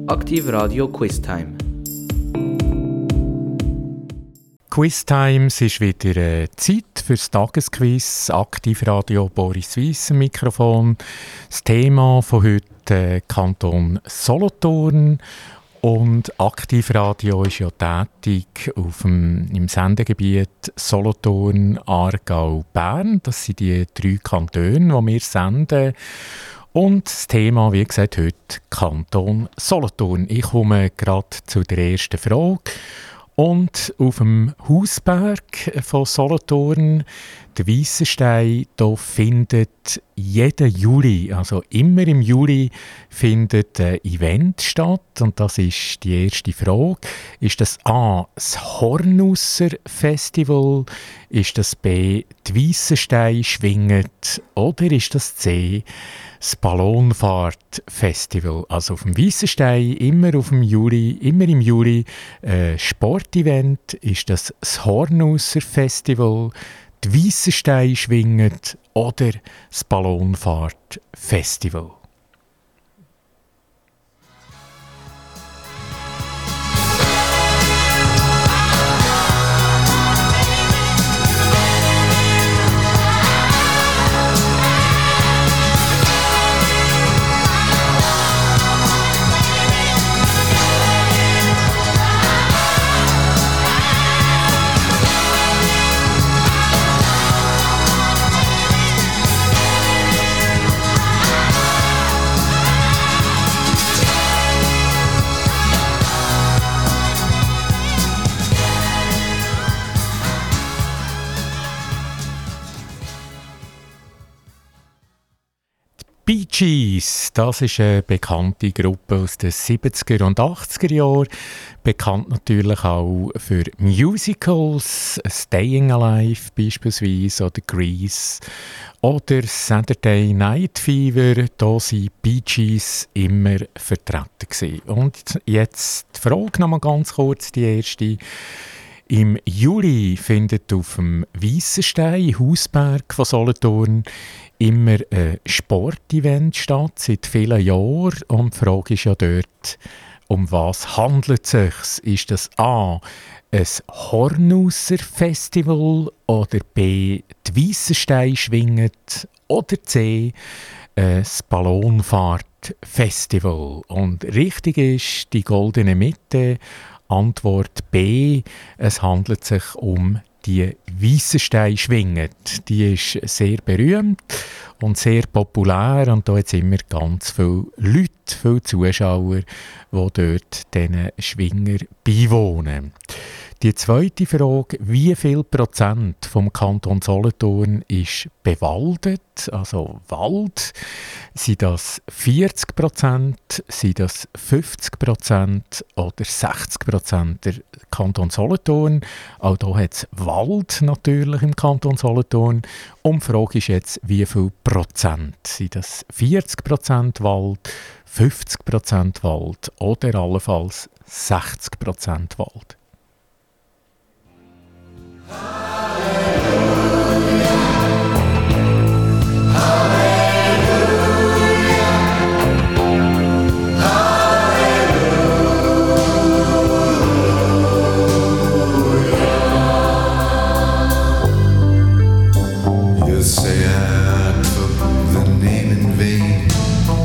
Aktiv Radio Quiztime. Quiztime, es ist wieder Zeit für das Tagesquiz. Aktivradio Boris Weiss am Mikrofon. Das Thema von heute Kanton Solothurn. Und Aktivradio ist ja tätig im Sendegebiet Solothurn, Aargau, Bern. Das sind die 3 Kantone, die wir senden. Und das Thema, wie gesagt, heute Kanton Solothurn. Ich komme gerade zu der ersten Frage. Und auf dem Hausberg von Solothurn, der Weissenstein, da findet jeden Juli, also immer im Juli, findet ein Event statt. Und das ist die erste Frage. Ist das A, das Hornusser Festival? Ist das B, die Weissenstein schwinget? Oder ist das C, das Ballonfahrt-Festival? Also auf dem Weissenstein, immer im Juli, Sportevent. Ist das Hornusser Festival, die Weissenstein schwinget oder das Ballonfahrt-Festival? Bee Gees, das ist eine bekannte Gruppe aus den 70er und 80er Jahren. Bekannt natürlich auch für Musicals, Staying Alive beispielsweise oder Grease oder Saturday Night Fever. Da waren Bee Gees immer vertreten gewesen. Und jetzt die Frage nochmal ganz kurz, die erste. Im Juli findet auf dem Weissenstein, Hausberg von Solothurn, immer ein Sportevent statt, seit vielen Jahren. Und die Frage ist ja dort, um was handelt es sich? Ist das A, ein Hornusser Festival oder B, die Weissenstein schwinget oder C, das Ballonfahrt-Festival? Und richtig ist die goldene Mitte, Antwort B, es handelt sich um die Weissenstein schwinget. Die ist sehr berühmt und sehr populär und da hat es immer ganz viele Leute, viele Zuschauer, die dort diesen Schwinger beiwohnen. Die zweite Frage, wie viel Prozent vom Kanton Solothurn ist bewaldet, also Wald? Sind das 40%, sind das 50% oder 60% der Kanton Solothurn? Auch hier hat es Wald natürlich im Kanton Solothurn. Und die Frage ist jetzt, wie viel Prozent? Sind das 40% Wald, 50% Wald oder allenfalls 60% Wald? You say I took the name in vain.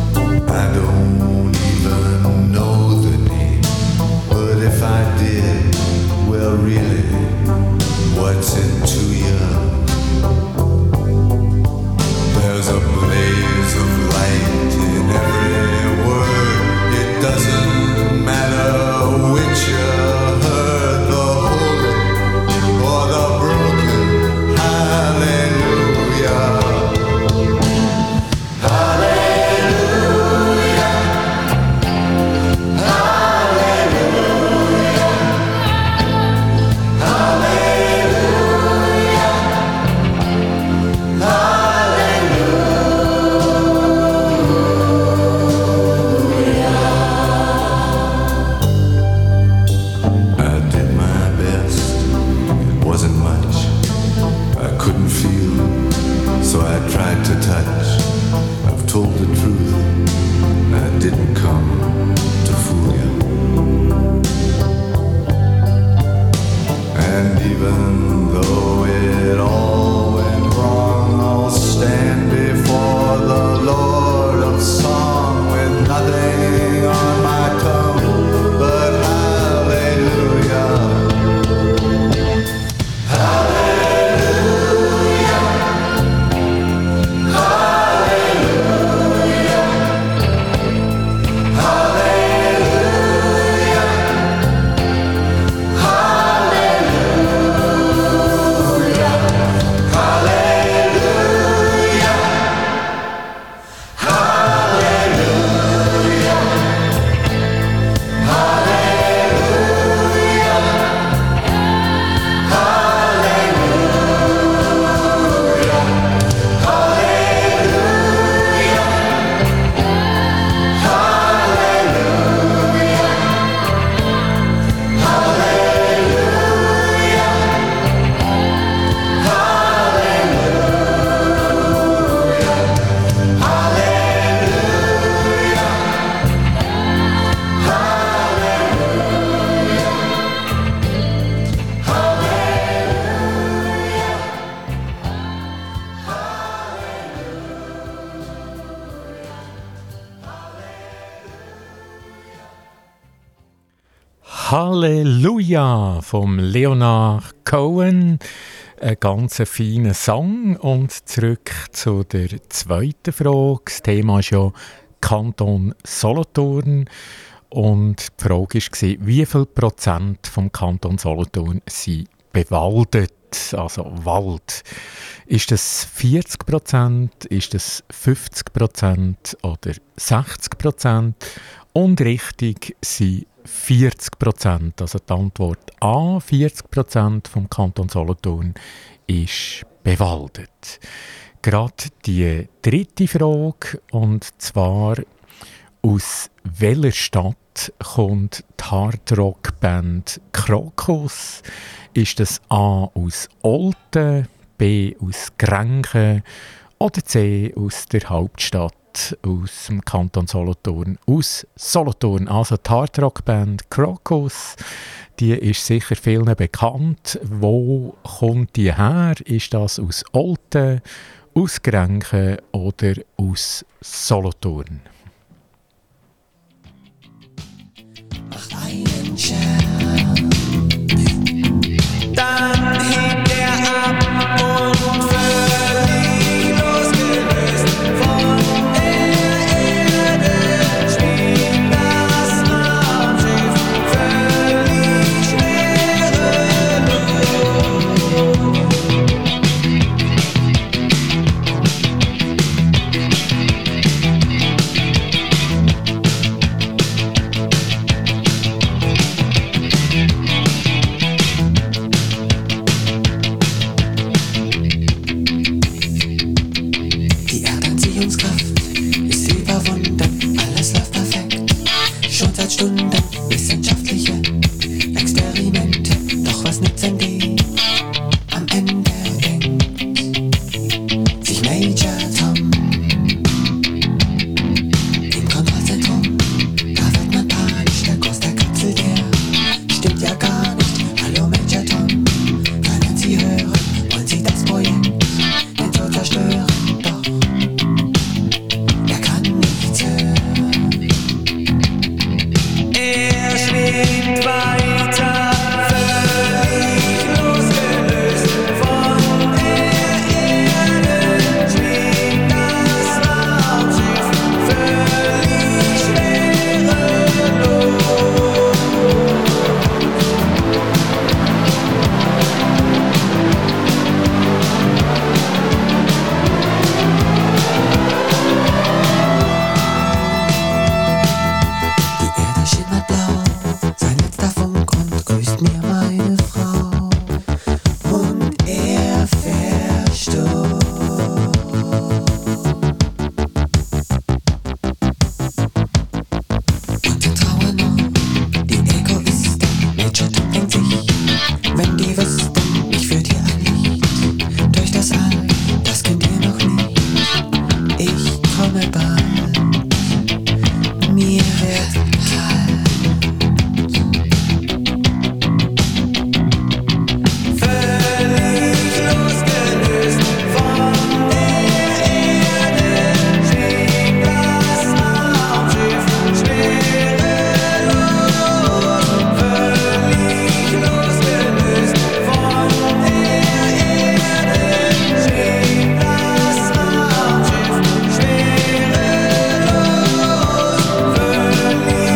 I don't even know the name, but if I did, Halleluja vom Leonard Cohen. Ein ganz feiner Song. Und zurück zu der zweiten Frage. Das Thema ist ja Kanton Solothurn. Und die Frage war, wie viel Prozent vom Kanton Solothurn sind bewaldet? Also Wald. Ist das 40%? Ist das 50% oder 60%? Und richtig sind 40%. Also die Antwort A, 40% vom Kanton Solothurn ist bewaldet. Gerade die dritte Frage, und zwar: aus welcher Stadt kommt die Hardrock-Band Krokus? Ist das A aus Olten, B aus Grenchen oder C aus der Hauptstadt, aus dem Kanton Solothurn? Aus Solothurn, also die Hardrock-Band Krokus, die ist sicher vielen bekannt. Wo kommt die her? Ist das aus Olten, aus Grenchen oder aus Solothurn? Macht einen Scherz, dann hebt er ab und völlig losgelöst von der Erde schwebt das Raumschiff völlig schwerelos. Die Erdanziehungskraft ist überwunden, alles läuft perfekt, schon seit Stunden. Wissenschaftliche Experimente, doch was nützen die? Am Ende denkt sich Major Tom im Kontrollzentrum, da wird man panisch, der Kurs der Kapsel, der stimmt ja gar nicht. Hallo Major Tom, können Sie hören, wollen Sie das Projekt nicht so zerstören? Doch er kann nichts hören. Er schwebt weiter, völlig losgelöst von der Erde schwebt das Raumschiff völlig schwerelos. Die Erde schimmert blau, sein letzter Funk und grüßt mir meine Frau. Und er verstummt. Und in Trauer noch die Egoisten. Major Tom denkt sich, wenn die wüssten, ich führt hier ein Licht durch das All, das könnt ihr noch nicht. Ich komme bald, mir wird kalt. Völlig losgelöst von der Erde schwebt das Raumschiff schwerelos. Völlig losgelöst von der Erde schwebt das Raumschiff schwerelos. Völlig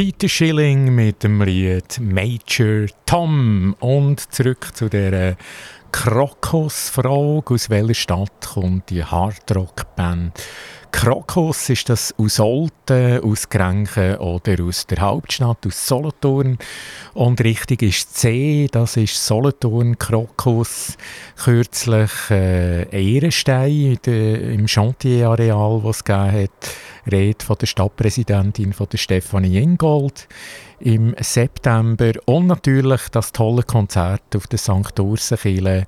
Peter Schilling mit dem Lied Major Tom. Und zurück zu der Krokus-Frage. Aus welcher Stadt kommt die Hardrock-Band Krokus? Ist das aus Olten, aus Grenchen oder aus der Hauptstadt, aus Solothurn? Und richtig ist C, das ist Solothurn. Krokus, kürzlich Ehrenstein im Chantier-Areal, das es gegeben hat. Rede von der Stadtpräsidentin von der Stefanie Ingold im September. Und natürlich das tolle Konzert auf der St. Ursenkirche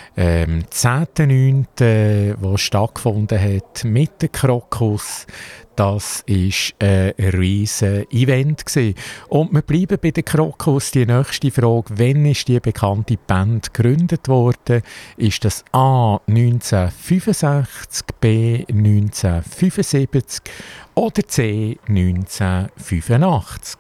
10.9., das stattgefunden hat mit der Krokus. Das war ein riesiges Event gewesen. Und wir bleiben bei der Krokus. Die nächste Frage: Wann ist die bekannte Band gegründet worden? Ist das A. 1965, B. 1975 oder C. 1985?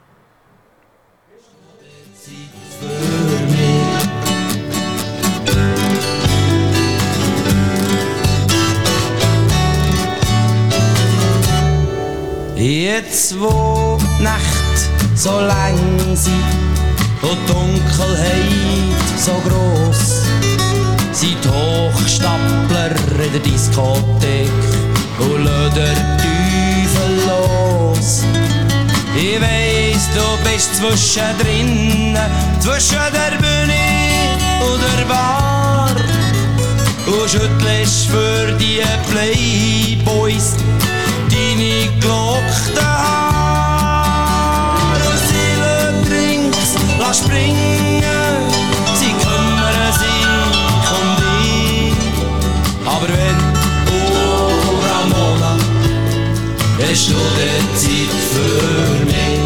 Jetzt wo die Nacht so lang sind und die Dunkelheit so gross, sind die Hochstapler in der Diskothek und lassen den Teufel los. Ich weiss, du bist zwischendrin, zwischen der Bühne und der Bar, und schüttelst für die Playboys deine gelockten Haare. Und sie lassen Drinks springen, sie kümmern sich um dich. Aber wenn, oh Ramona, hast du die Zeit für mich?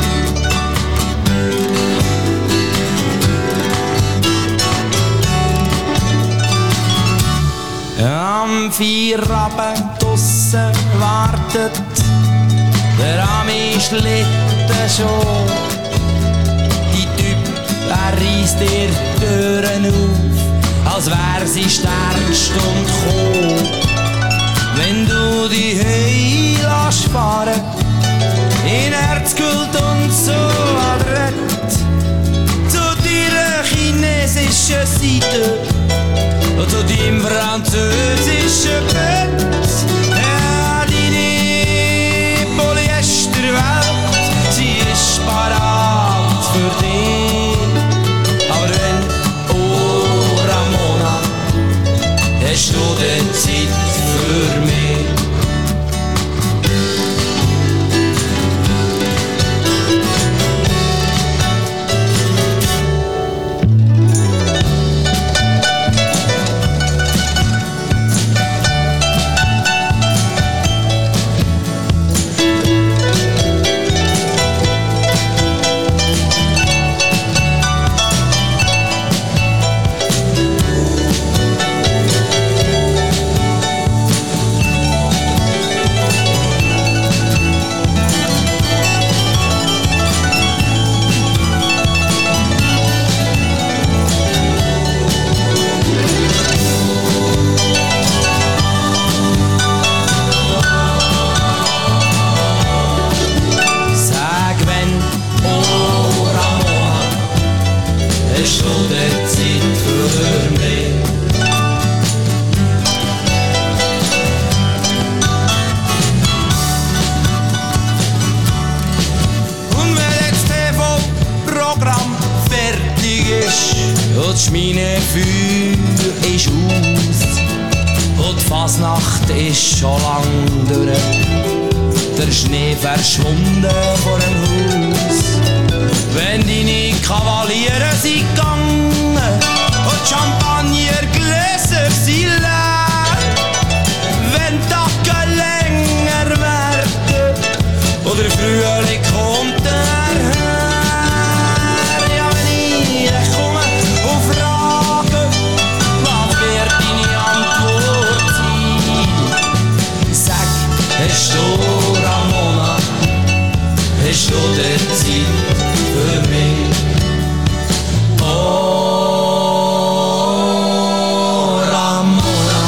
Am Feierabend draussen wartet der Ami-Schlitten schon. Die Typ, reisst dir Türen auf, als wär sie Sternstunde gekommen. Wenn du die Höhe lässt fahren, in Herzgold und so adrett, zu deiner chinesischen Seite und zu deinem französischen Bett. Ja, deine Polyesterwelt, sie ist parat für dich. Aber wenn, oh Ramona, hast du die Zeit für mich? Verschwunden vor dem Haus. Wenn deine Kavaliere sind gegangen und die Champagnergläser sind leer, wenn die Tage länger werden oder der Frühling kommt daher. Ja, wenn ich komme und frage, was wird deine Antwort sein? Sag, hast du Ramona, hast du die Zeit für mich? Oh, Ramona.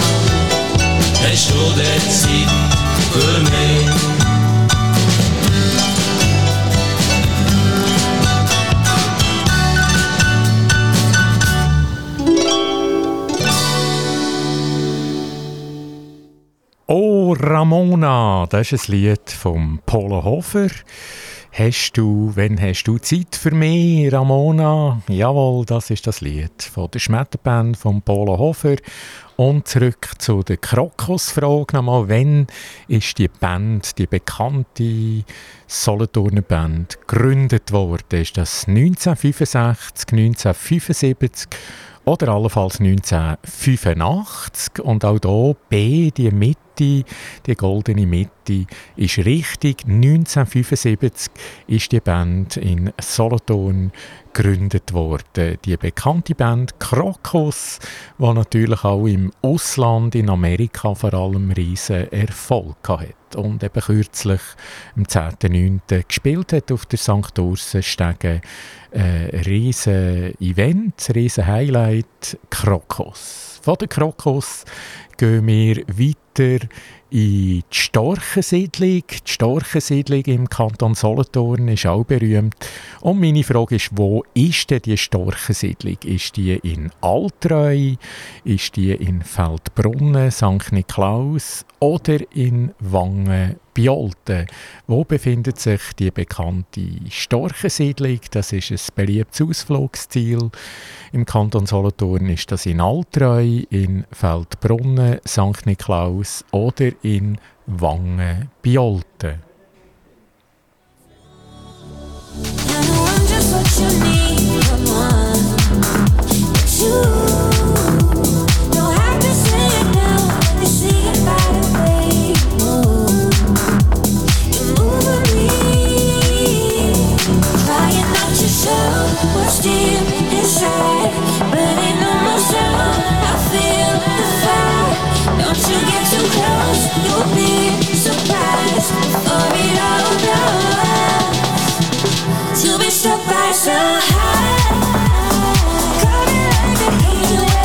Oh Ramona, das ist ein Lied von Polo Hofer. Wann hast du Zeit für mich, Ramona? Jawohl, das ist das Lied von der Schmetterband von Polo Hofer. Und zurück zu der Krokus-Frage nochmal. Wann ist die Band, die bekannte Solothurner Band, gegründet worden? Ist das 1965, 1975 oder allenfalls 1985? Und auch hier B, die Mitte, die goldene Mitte, ist richtig. 1975 ist die Band in Solothurn gegründet worden. Die bekannte Band Krokus, die natürlich auch im Ausland, in Amerika vor allem, riesen Erfolg hatte. Und eben kürzlich am 10.9. gespielt hat auf der St. Ursenstege. Riesen Event, riesen Highlight, Krokus. Von der Krokus gehen wir weiter in die Storchensiedlung. Die Storchensiedlung im Kanton Solothurn ist auch berühmt. Und meine Frage ist, wo ist denn die Storchensiedlung? Ist die in Altreu? Ist die in Feldbrunnen, St. Niklaus oder in Wangen-Biolten? Wo befindet sich die bekannte Storchensiedlung? Das ist ein beliebtes Ausflugsziel. Im Kanton Solothurn ist das in Altreu, in Feldbrunnen, St. Niklaus oder in Wangen-Biolten. What's deep inside, burning on myself, I feel the fire. Don't you get too close, you'll be surprised before it all blows. To be struck by so high, coming like an angel.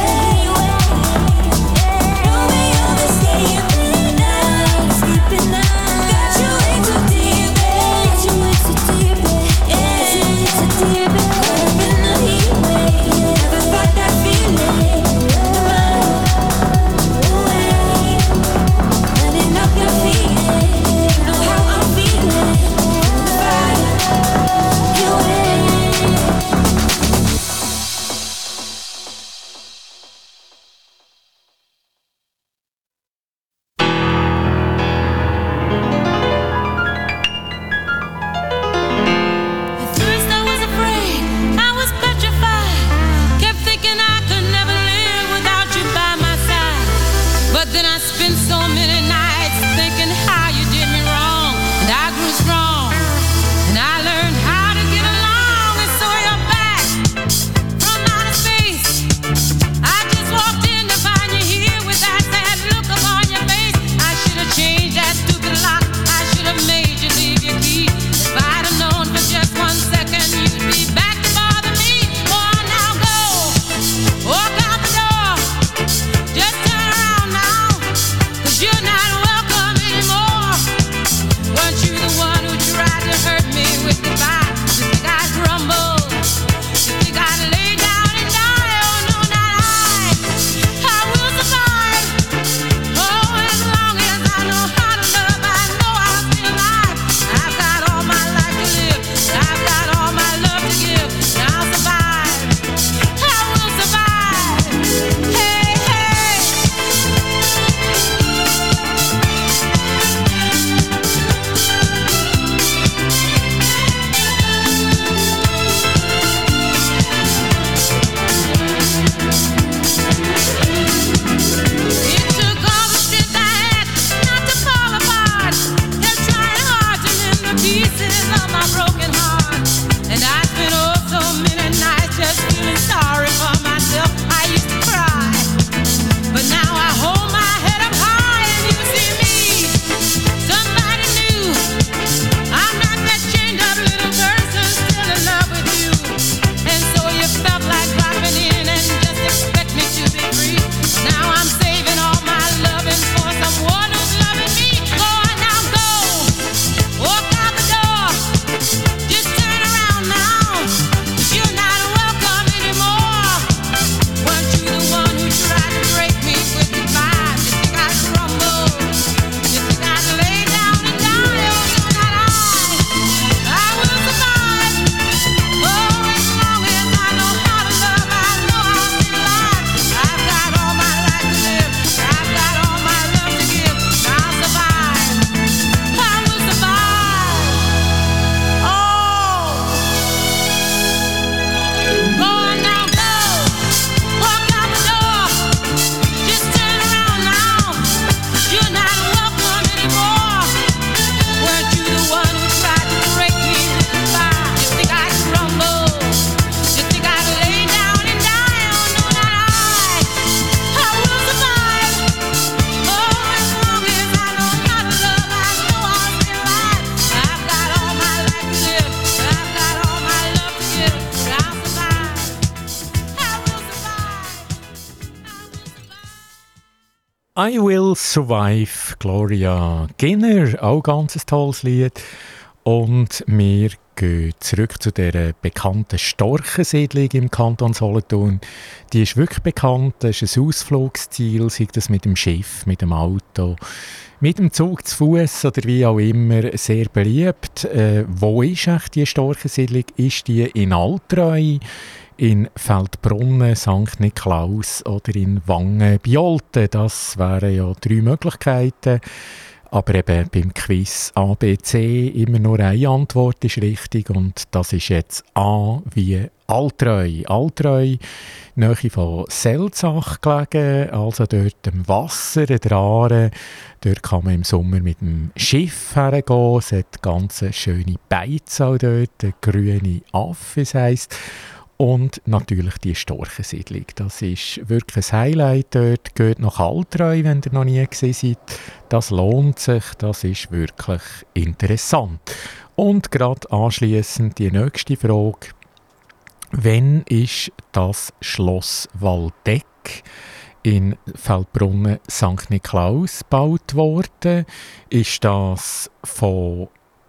I Will Survive, Gloria Gaynor, auch ganz ein tolles Lied. Und wir gehen zurück zu der bekannten Storchensiedlung im Kanton Solothurn. Die ist wirklich bekannt, das ist ein Ausflugsziel, sei das mit dem Schiff, mit dem Auto, mit dem Zug zu Fuß oder wie auch immer, sehr beliebt. Wo ist echt die Storchensiedlung? Ist die in Altreu, in Feldbrunnen, St. Niklaus oder in Wangen bei Olten? Das wären ja 3 Möglichkeiten. Aber eben beim Quiz A, B, C immer nur eine Antwort ist richtig und das ist jetzt A wie Altreu. Altreu, nahe von Selzach gelegen, also dort am Wasser, der Aare. Dort kann man im Sommer mit dem Schiff hergehen. Es hat ganz schöne Beize auch dort, der grüne Affe, es heisst. Und natürlich die Storchensiedlung. Das ist wirklich ein Highlight dort. Geht nach Altreu, wenn ihr noch nie gesehen seid. Das lohnt sich, das ist wirklich interessant. Und gerade anschliessend die nächste Frage. Wann ist das Schloss Waldeck in Feldbrunnen St. Niklaus gebaut worden? Ist das von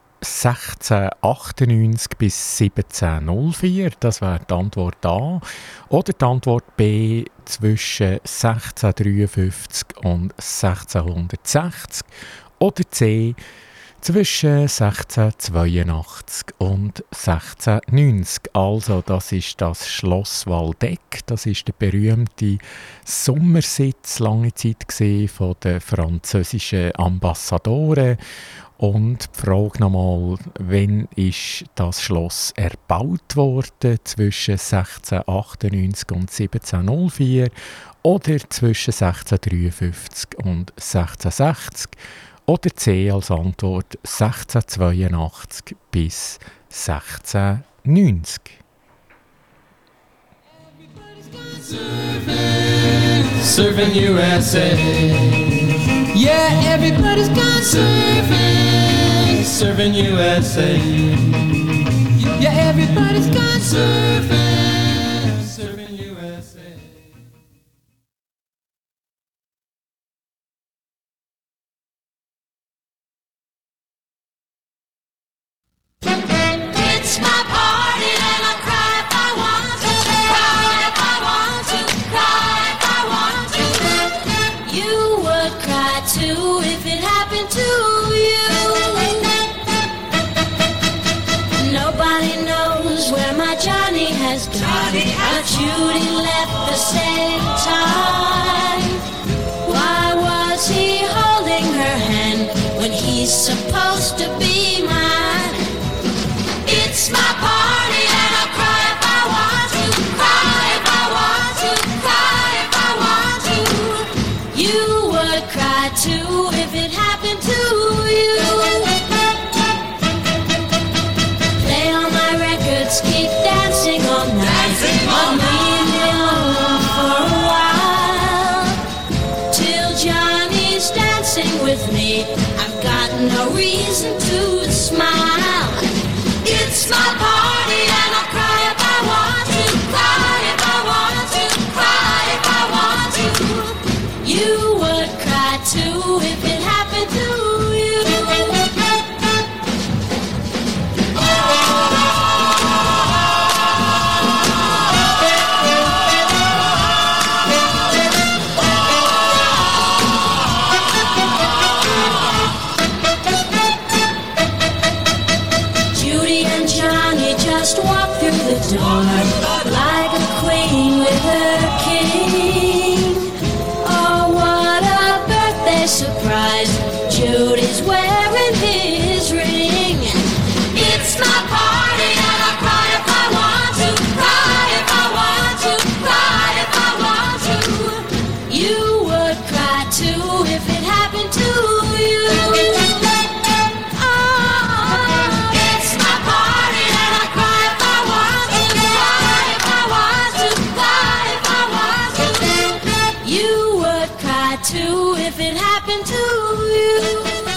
1698 bis 1704, das wäre die Antwort A. Oder die Antwort B zwischen 1653 und 1660. Oder C zwischen 1682 und 1690. Also das ist das Schloss Waldeck, das ist der berühmte Sommersitz lange Zeit von den französischen Ambassadoren. Und die Frage nochmal, wann ist das Schloss erbaut worden? Zwischen 1698 und 1704 oder zwischen 1653 und 1660? Oder C als Antwort 1682 bis 1690. Surfing USA. Yeah, everybody's gone surfing, surfing USA. Yeah, everybody's gone surfing, surfing USA. It's my party and I cry if I want to, cry if I want to, cry if I want to. You would cry too if it happened to you. Nobody knows where my Johnny has gone. But Judy left the same time. Why was he holding her hand when he's supposed to be mine? It's my party and I cry if I want to, cry if I want to, cry if I want to. You would cry too if it happened to you. Play all my records, keep dancing all night, or leave me alone for a while. Till Johnny's dancing with me, I've got no reason to smile. It's my party and I'll cry if I want to, cry if I want to, cry if I want to. You would cry too if it happened to you. Judy and Johnny just walked through the door like a queen with her king. Oh, what a birthday surprise! Judy's wearing his ring. It's my party and I cry if I want to, cry if I want to, cry if I want to. You would cry too if it happened to you. It's my party and I cry if I want to, cry if I want to, cry if I want to. You would cry too if it happened to you.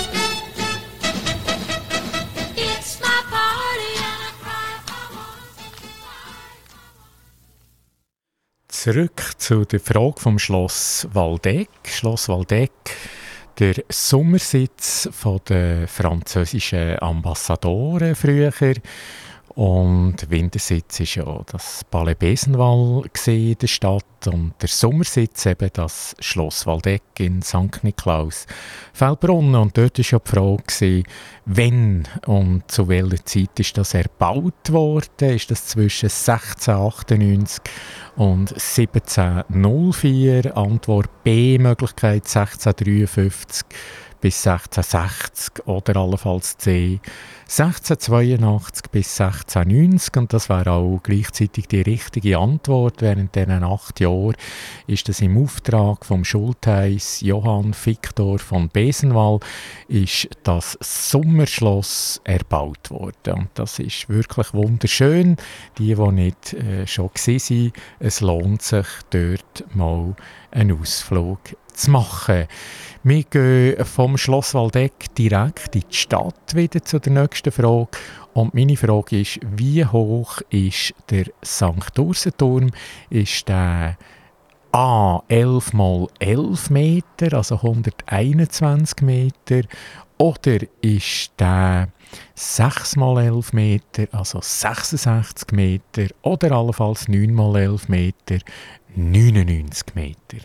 It's my party and I cry if I want to, cry if I want to. Zurück zu der Frage vom Schloss Waldeck. Schloss Waldeck, der Sommersitz der französischen Ambassadoren früher. Und Wintersitz war ja das Palais Besenval in der Stadt und der Sommersitz eben das Schloss Waldeck in St. Niklaus Feldbrunnen. Und dort war ja die Frage, wann und zu welcher Zeit ist das erbaut worden? Ist das zwischen 1698 und 1704? Antwort B, Möglichkeit 1653 bis 1660 oder allenfalls C 1682 bis 1690, und das wäre auch gleichzeitig die richtige Antwort. Während diesen 8 Jahren ist das im Auftrag vom Schultheiss Johann Victor von Besenval ist das Sommerschloss erbaut worden. Und das ist wirklich wunderschön. Die nicht schon waren, es lohnt sich, dort mal einen Ausflug zu machen. Wir gehen vom Schloss Waldeck direkt in die Stadt wieder zu der nächsten Frage. Und meine Frage ist, wie hoch ist der St. Ursenturm? Ist der A 11 mal 11 Meter, also 121 Meter, oder ist der 6 mal 11 Meter, also 66 Meter, oder allenfalls 9 mal 11 Meter, 99 Meter?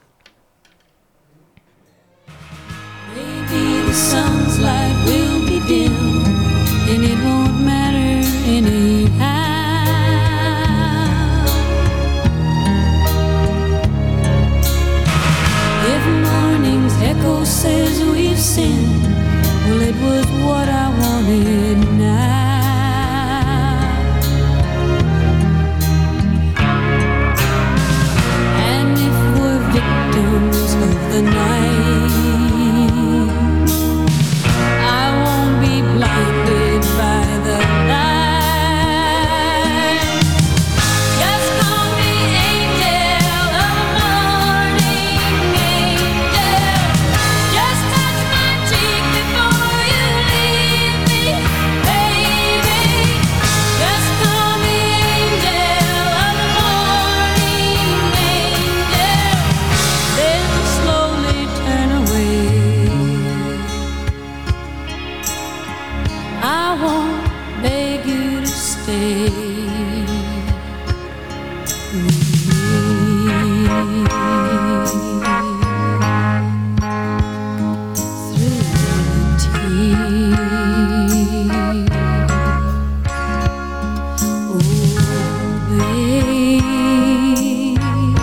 Maybe the sun's light will be dim, and it won't matter anyhow. If morning's echo says we've sinned, well, it was what I wanted now. And if we're victims of the night, blinded by the light. Just call me angel of the morning, angel. Just touch my cheek before you leave me, baby. Just call me angel of the morning, angel. Then slowly turn away. I won't beg you to stay with me. Through eternity. Oh, babe.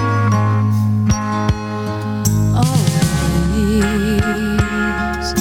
Always.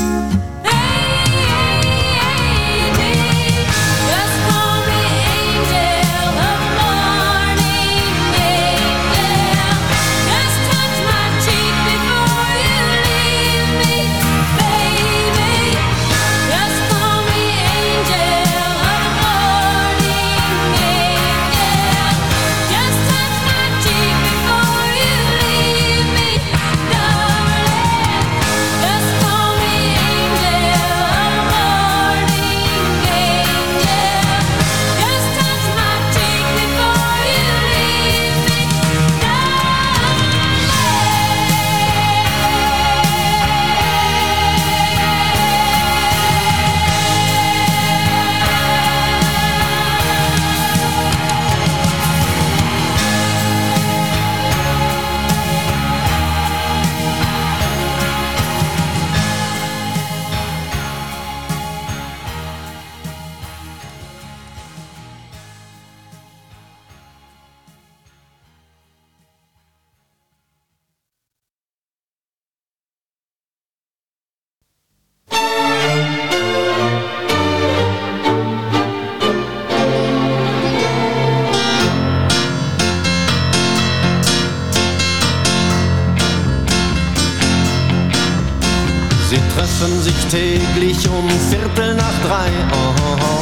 Sie treffen sich täglich um 2:15. Oh, oh, oh.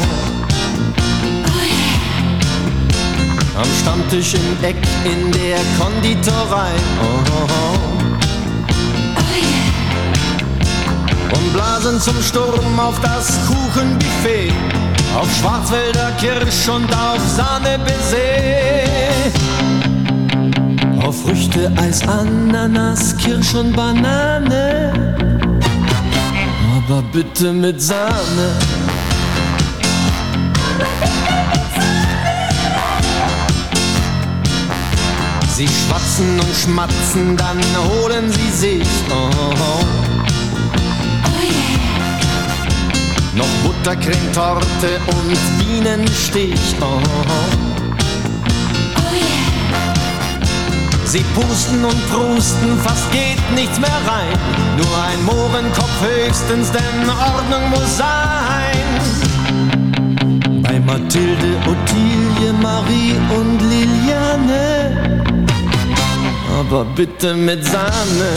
Am Stammtisch im Eck in der Konditorei. Oh, oh, oh. Und blasen zum Sturm auf das Kuchenbuffet, auf Schwarzwälder Kirsch und auf Sahne-Baiser. Früchte, Eis, Ananas, Kirsch und Banane, aber bitte mit Sahne. Sie schwatzen und schmatzen, dann holen sie sich noch Buttercremetorte und Bienenstich. Sie pusten und prusten, fast geht nichts mehr rein. Nur ein Mohrenkopf höchstens, denn Ordnung muss sein. Bei Mathilde, Ottilie, Marie und Liliane, aber bitte mit Sahne.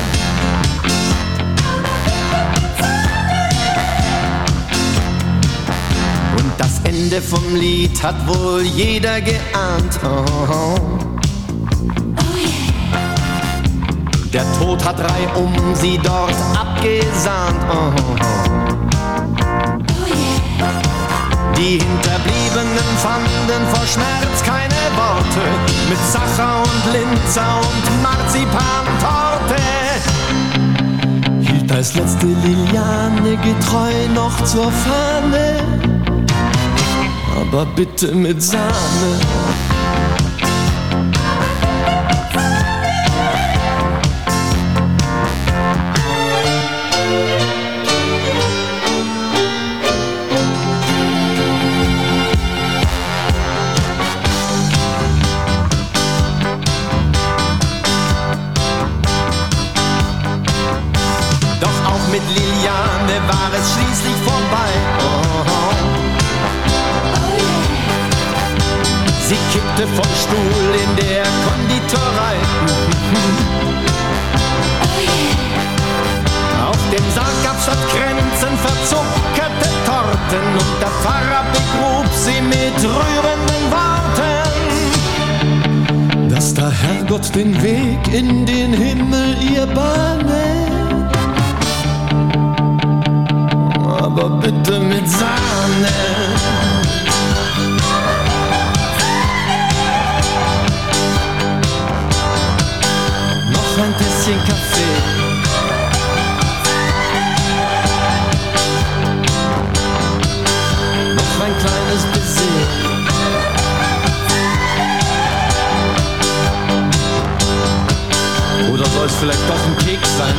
Und das Ende vom Lied hat wohl jeder geahnt. Der Tod hat reihum sie dort abgesahnt. Die Hinterbliebenen fanden vor Schmerz keine Worte. Mit Sacher und Linzer und Marzipantorte hielt als letzte Liliane getreu noch zur Fahne, aber bitte mit Sahne. Mit Liliane war es schließlich vorbei. Sie kippte vom Stuhl in der Konditorei. Auf dem Sarg gab's statt Kränzen verzuckerte Torten und der Pfarrer begrub sie mit rührenden Worten, dass der Herrgott den Weg in den Himmel ihr bahne, aber bitte mit Sahne. Noch ein bisschen Kaffee. Noch ein kleines Baiser. Oder soll es vielleicht doch ein Keks sein?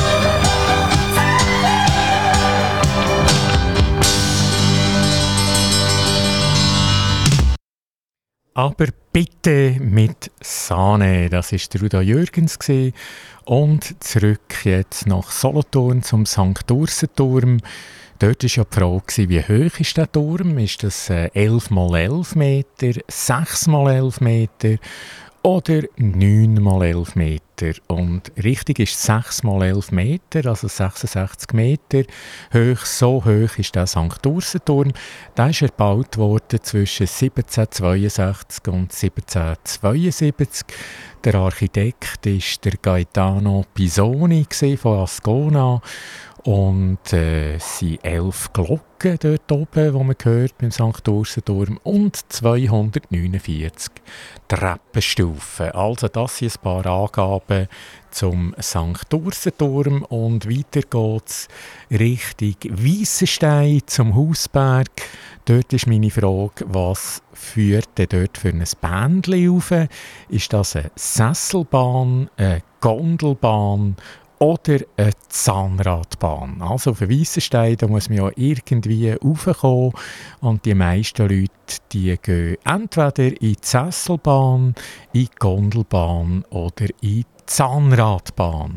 Aber bitte mit Sahne. Das war Ruda Jürgens. Und zurück jetzt nach Solothurn zum St. Ursenturm. Dort war ja die Frage, wie hoch ist der Turm? Ist das 11 mal 11 Meter, 6 mal 11 Meter oder 9 mal 11 Meter? Und richtig ist 6 mal 11 Meter, also 66 Meter hoch. So hoch ist der St. Ursenturm. Der ist erbaut worden zwischen 1762 und 1772. Der Architekt war der Gaetano Pisoni von Ascona. Und es sind 11 Glocken dort oben, die man hört beim St. Ursenturm, und 249 Treppenstufen. Also das sind ein paar Angaben zum St. Ursenturm. Und weiter geht es Richtung Weissenstein zum Hausberg. Dort ist meine Frage, was führt denn dort für ein Bändchen rauf? Ist das eine Sesselbahn, eine Gondelbahn oder eine Zahnradbahn? Also auf den Weissenstein, da muss man ja irgendwie raufkommen. Und die meisten Leute, die gehen entweder in die Sesselbahn, in die Gondelbahn oder in die Zahnradbahn.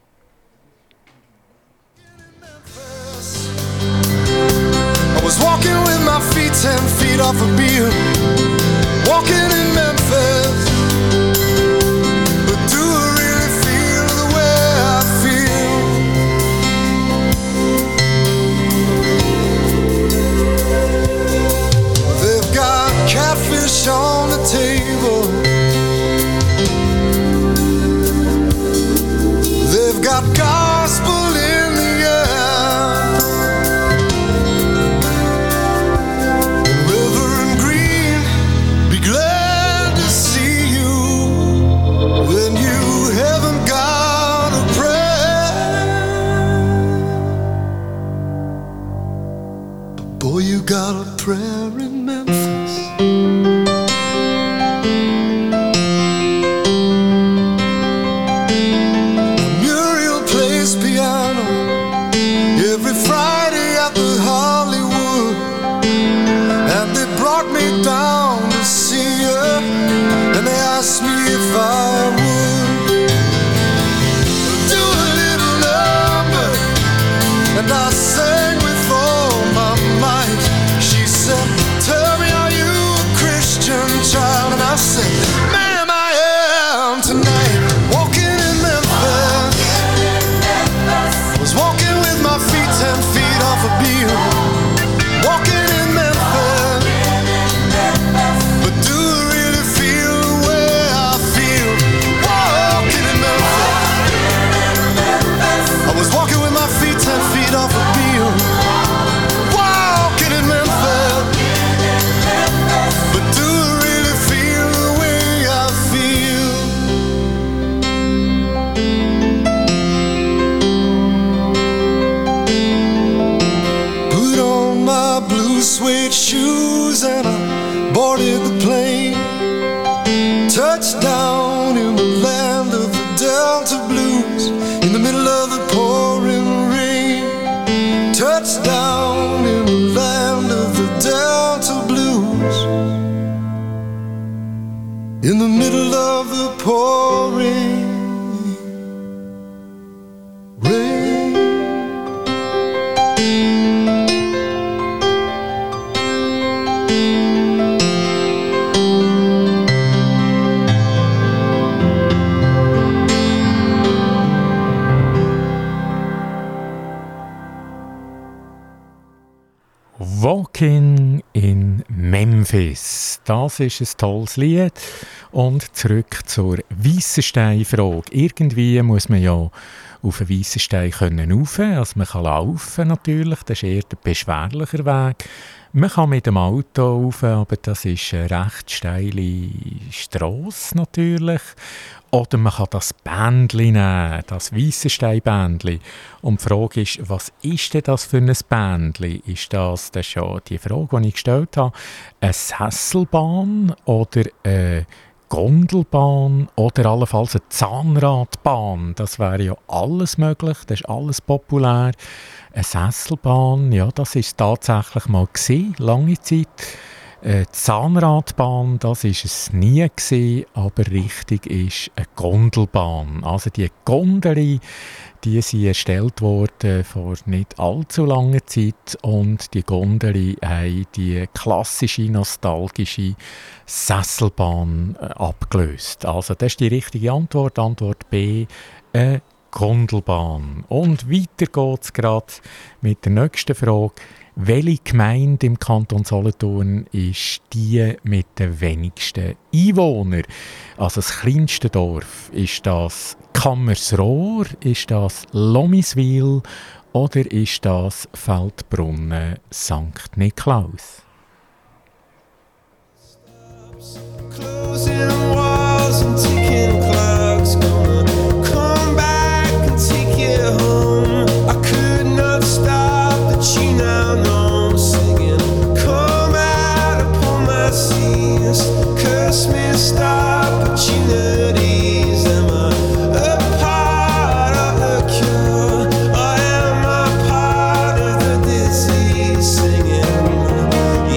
I was walking with my feet 10 feet off a beam, walking in Memphis. But do I really feel the way I feel? They've got catfish on the table. They've got gospel in the air. River and green Oh, you got a prayer in Memphis. Muriel plays piano every Friday at the Hollywood, and they brought me down to see her, and they asked me if I would do a little number, and I sang with all my might. She said, tell me, are you a Christian child? And I said, ma'am, I am tonight. Walking in Memphis, was walking with my feet 10 feet off a beam. Walking in Memphis, but do I really feel the way I feel? Walking in Memphis, I was walking with my feet 10 feet off a beam. Walking in Memphis, but do I really feel the way I feel? Put on my blue suede shoes and I boarded the plane. Touched down in the land of the Delta Blues, in the middle of the pouring rain. Touched down in the land of the Delta Blues, in the middle of the pouring rain. Walking in Memphis. Das ist ein tolles Lied. Und zurück zur Weissenstein-Frage. Irgendwie muss man ja auf einen Weissenstein rauf. Also man kann laufen natürlich, das ist eher der beschwerliche Weg. Man kann mit dem Auto rauf, aber das ist eine recht steile Strasse natürlich. Oder man kann das Bändli nehmen, das Weissenstein-Bändli. Und die Frage ist, was ist denn das für ein Bändli? Ist das ist ja die Frage, die ich gestellt habe, eine Sesselbahn oder eine Gondelbahn oder allenfalls eine Zahnradbahn? Das wäre ja alles möglich, das ist alles populär. Eine Sesselbahn, ja, das ist tatsächlich mal gewesen, lange Zeit. Die Zahnradbahn, das war es nie gewesen, aber richtig ist eine Gondelbahn. Also die Gondeli, die sind erstellt worden vor nicht allzu langer Zeit und die Gondeli haben die klassische, nostalgische Sesselbahn abgelöst. Also das ist die richtige Antwort. Antwort B, eine Gondelbahn. Und weiter geht es gerade mit der nächsten Frage. Welche Gemeinde im Kanton Solothurn ist die mit den wenigsten Einwohnern? Also das kleinste Dorf. Ist das Kammersrohr, ist das Lomiswil oder ist das Feldbrunnen St. Niklaus? Closing walls and ticking clocks, gonna come back and take you home. I could not stop the tune I know, singing, come out upon my seas, curse missed opportunities. Am I a part of the cure, or am I part of the disease? Singing,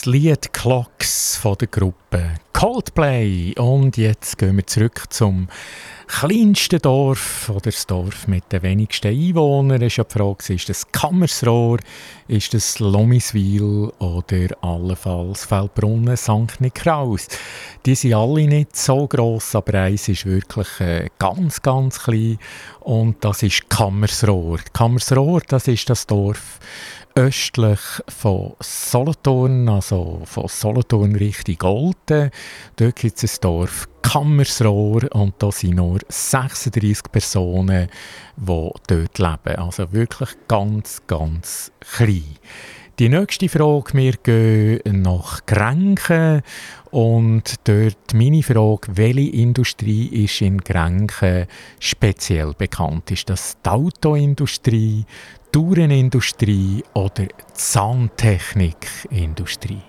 Das Lied «Clocks» von der Gruppe Coldplay. Und jetzt gehen wir zurück zum kleinsten Dorf oder das Dorf mit den wenigsten Einwohnern. Es ist ja die Frage, ist das Kammersrohr, ist das Lomiswil oder allenfalls Feldbrunnen, St. Niklaus. Die sind alle nicht so gross, aber eins ist wirklich ganz, ganz klein und das ist Kammersrohr. Kammersrohr, das ist das Dorf östlich von Solothurn, also von Solothurn Richtung Olten. Dort gibt es ein Dorf Kammersrohr und da sind nur 36 Personen, die dort leben. Also wirklich ganz, ganz klein. Die nächste Frage, wir gehen nach Grenchen und dort meine Frage, welche Industrie ist in Grenchen speziell bekannt? Ist das die Autoindustrie, die Uhrenindustrie oder die Zahntechnikindustrie?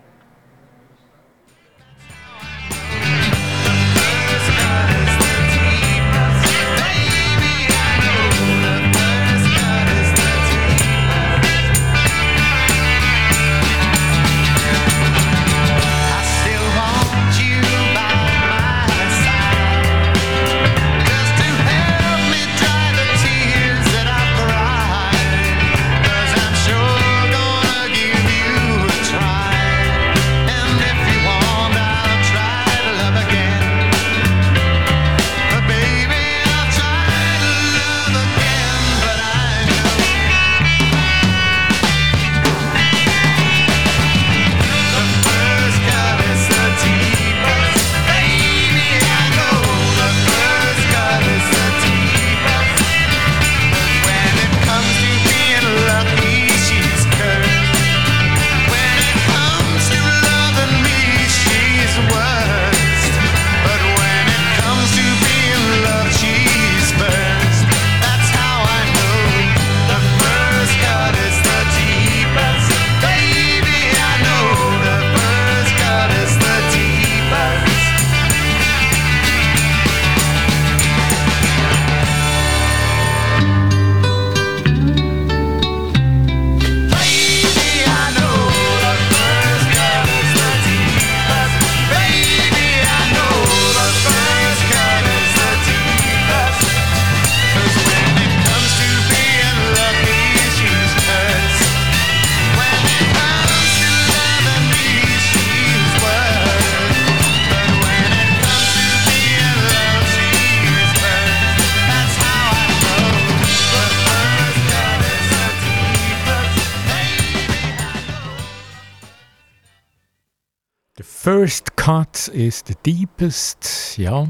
First cut is the deepest, ja.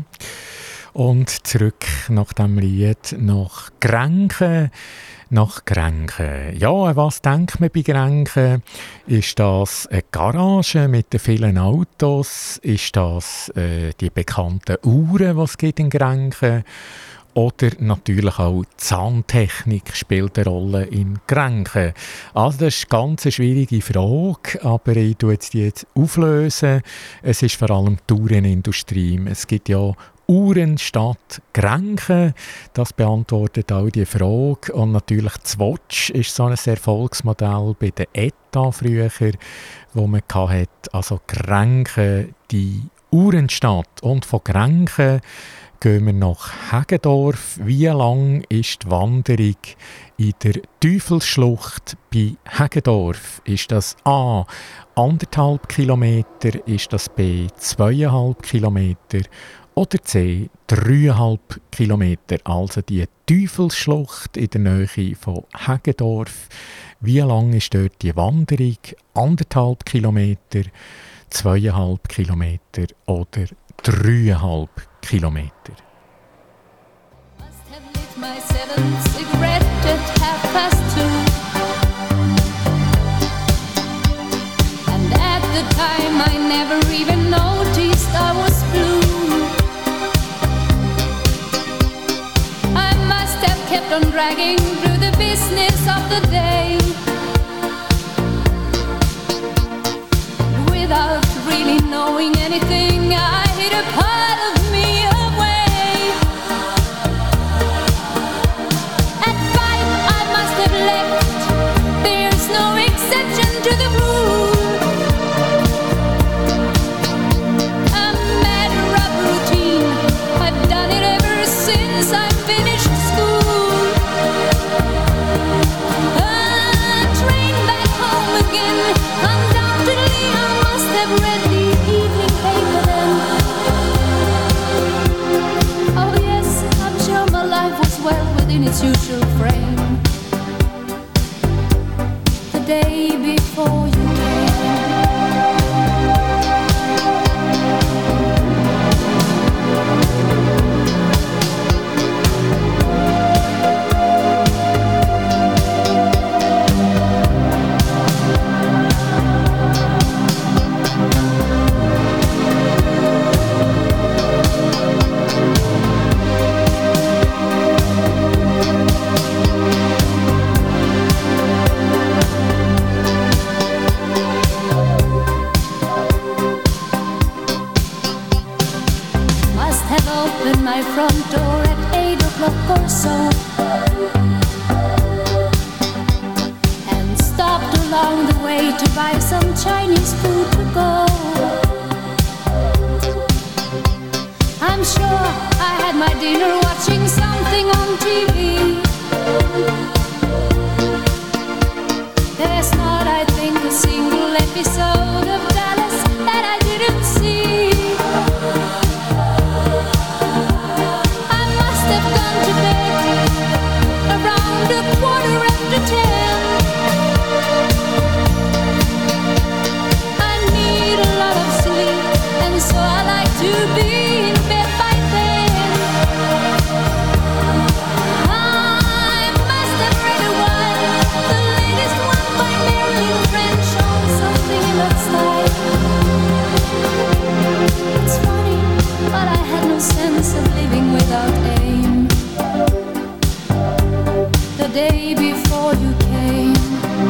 Und zurück nach dem Lied nach Grenchen. Nach Grenchen. Ja, was denkt man bei Grenchen? Ist das eine Garage mit den vielen Autos? Ist das die bekannten Uhren, die es gibt in Grenchen? Oder natürlich auch Zahntechnik spielt eine Rolle in Grenchen. Also das ist eine ganz schwierige Frage, aber ich tue die jetzt auflösen. Es ist vor allem die Uhrenindustrie. Es gibt ja Uhrenstadt Grenchen, das beantwortet auch die Frage. Und natürlich das Watch ist so ein Erfolgsmodell bei der ETA früher, wo man hatte. Also Grenchen, die Uhrenstadt. Und von Grenchen gehen wir nach Heggendorf. Wie lang ist die Wanderung in der Teufelsschlucht bei Heggendorf? Ist das A 1,5 Kilometer, ist das B 2,5 Kilometer oder C 3,5 Kilometer? Also die Teufelsschlucht in der Nähe von Heggendorf. Wie lang ist dort die Wanderung? 1,5 Kilometer, 2,5 Kilometer oder 3,5 Kilometer. Must have lit my seventh cigarette at 2:30. And at the time I never even noticed I was blue. I must have kept on dragging through the business of the day, without really knowing anything. I hit a part of me away. At 5 I must have left. There's no exception to the rule. have opened my front door at 8 o'clock or so, and stopped along the way to buy some Chinese food to go. I'm sure I had my dinner watching something on TV. There's not, I think, a single episode of Dallas that I didn't see. I must have gone to bed around 10:15. I need a lot of sleep, and so I like to be in bed by then. I must have read a while, the latest one by Marilyn French on something in that style. It's funny, but I had no sense of living without aim. The day before you came,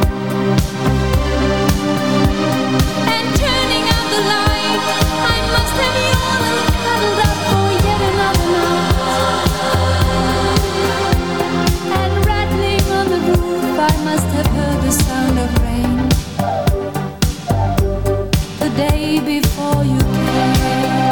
and turning out the light, I must have yawned and cuddled up for yet another night. And rattling on the roof, I must have heard the sound of rain. The day before you came.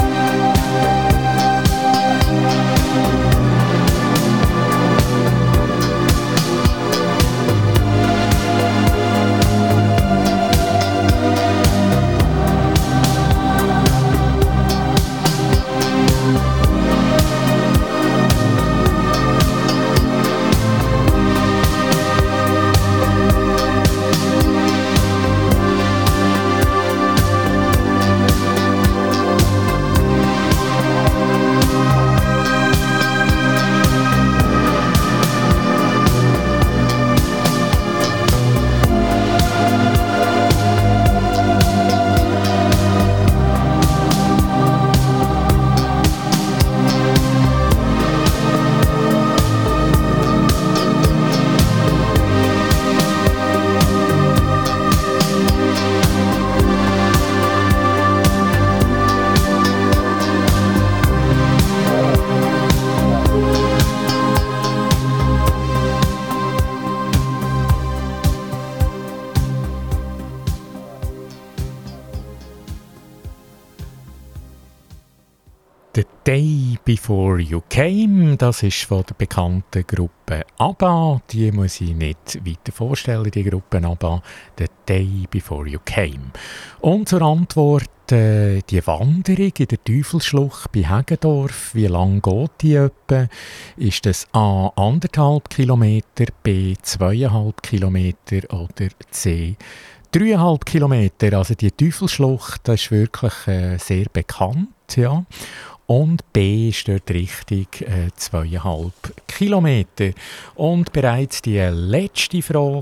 «Day Before You Came», das ist von der bekannten Gruppe ABBA. Die muss ich nicht weiter vorstellen, die Gruppe ABBA. «The Day Before You Came». Und zur Antwort, die Wanderung in der Teufelsschlucht bei Heggendorf, wie lang geht die etwa? Ist das A 1,5 Kilometer, B 2,5 Kilometer oder C 3,5 Kilometer? Also die Teufelsschlucht, das ist wirklich sehr bekannt, ja. Und B ist dort richtig 2,5 Kilometer. Und bereits die letzte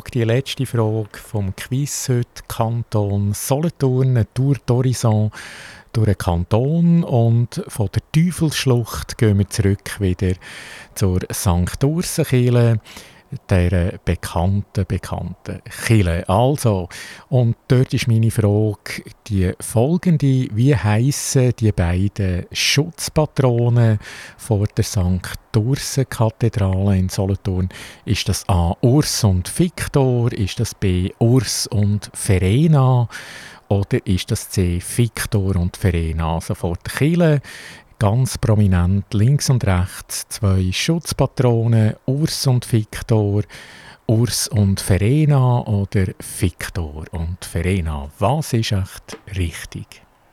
Frage vom Quiz heute, Kanton Solothurn, eine Tour d'Horizon durch den Kanton. Und von der Teufelsschlucht gehen wir zurück wieder zur St. Ursenkirche, der bekannten Kirche. Also, und dort ist meine Frage die folgende: Wie heissen die beiden Schutzpatronen vor der St. Ursen-Kathedrale in Solothurn? Ist das A. Urs und Victor? Ist das B. Urs und Verena? Oder ist das C. Victor und Verena? Also vor der Kirche ganz prominent links und rechts zwei Schutzpatronen, Urs und Victor, Urs und Verena oder Victor und Verena. Was ist echt richtig?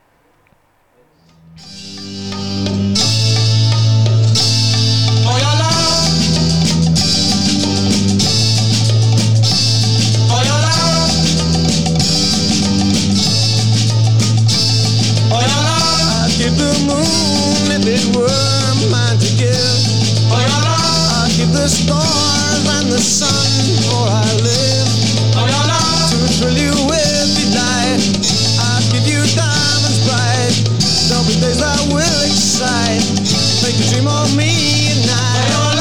Give the moon if it were mine to give. I'd give the stars and the sun for I live. To thrill you with delight, I'd give you diamonds bright. There'll be days that will excite, make you dream of me at night.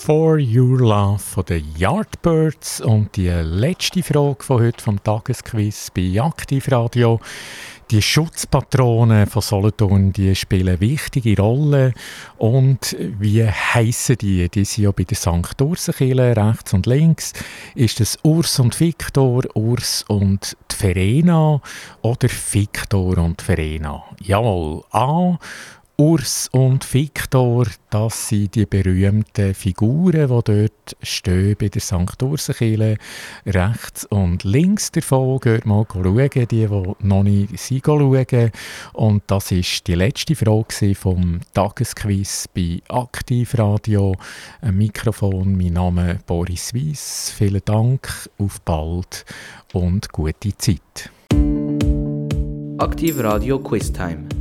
For Your Love von den Yardbirds. Und die letzte Frage von heute vom Tagesquiz bei Aktivradio. Die Schutzpatronen von Solothurn, die spielen eine wichtige Rolle. Und wie heissen die? Die sind ja bei der St. Ursenkirche rechts und links. Ist es Urs und Viktor, Urs und die Verena oder Viktor und Verena? Jawohl, A. Urs und Viktor, das sind die berühmten Figuren, die dort stehen bei der St. Ursenkirche. Rechts und links davon geht mal schauen, die noch nicht schauen. Und das war die letzte Frage vom Tagesquiz bei Aktivradio. Ein Mikrofon, mein Name ist Boris Weiss. Vielen Dank, auf bald und gute Zeit. Aktivradio Quiztime.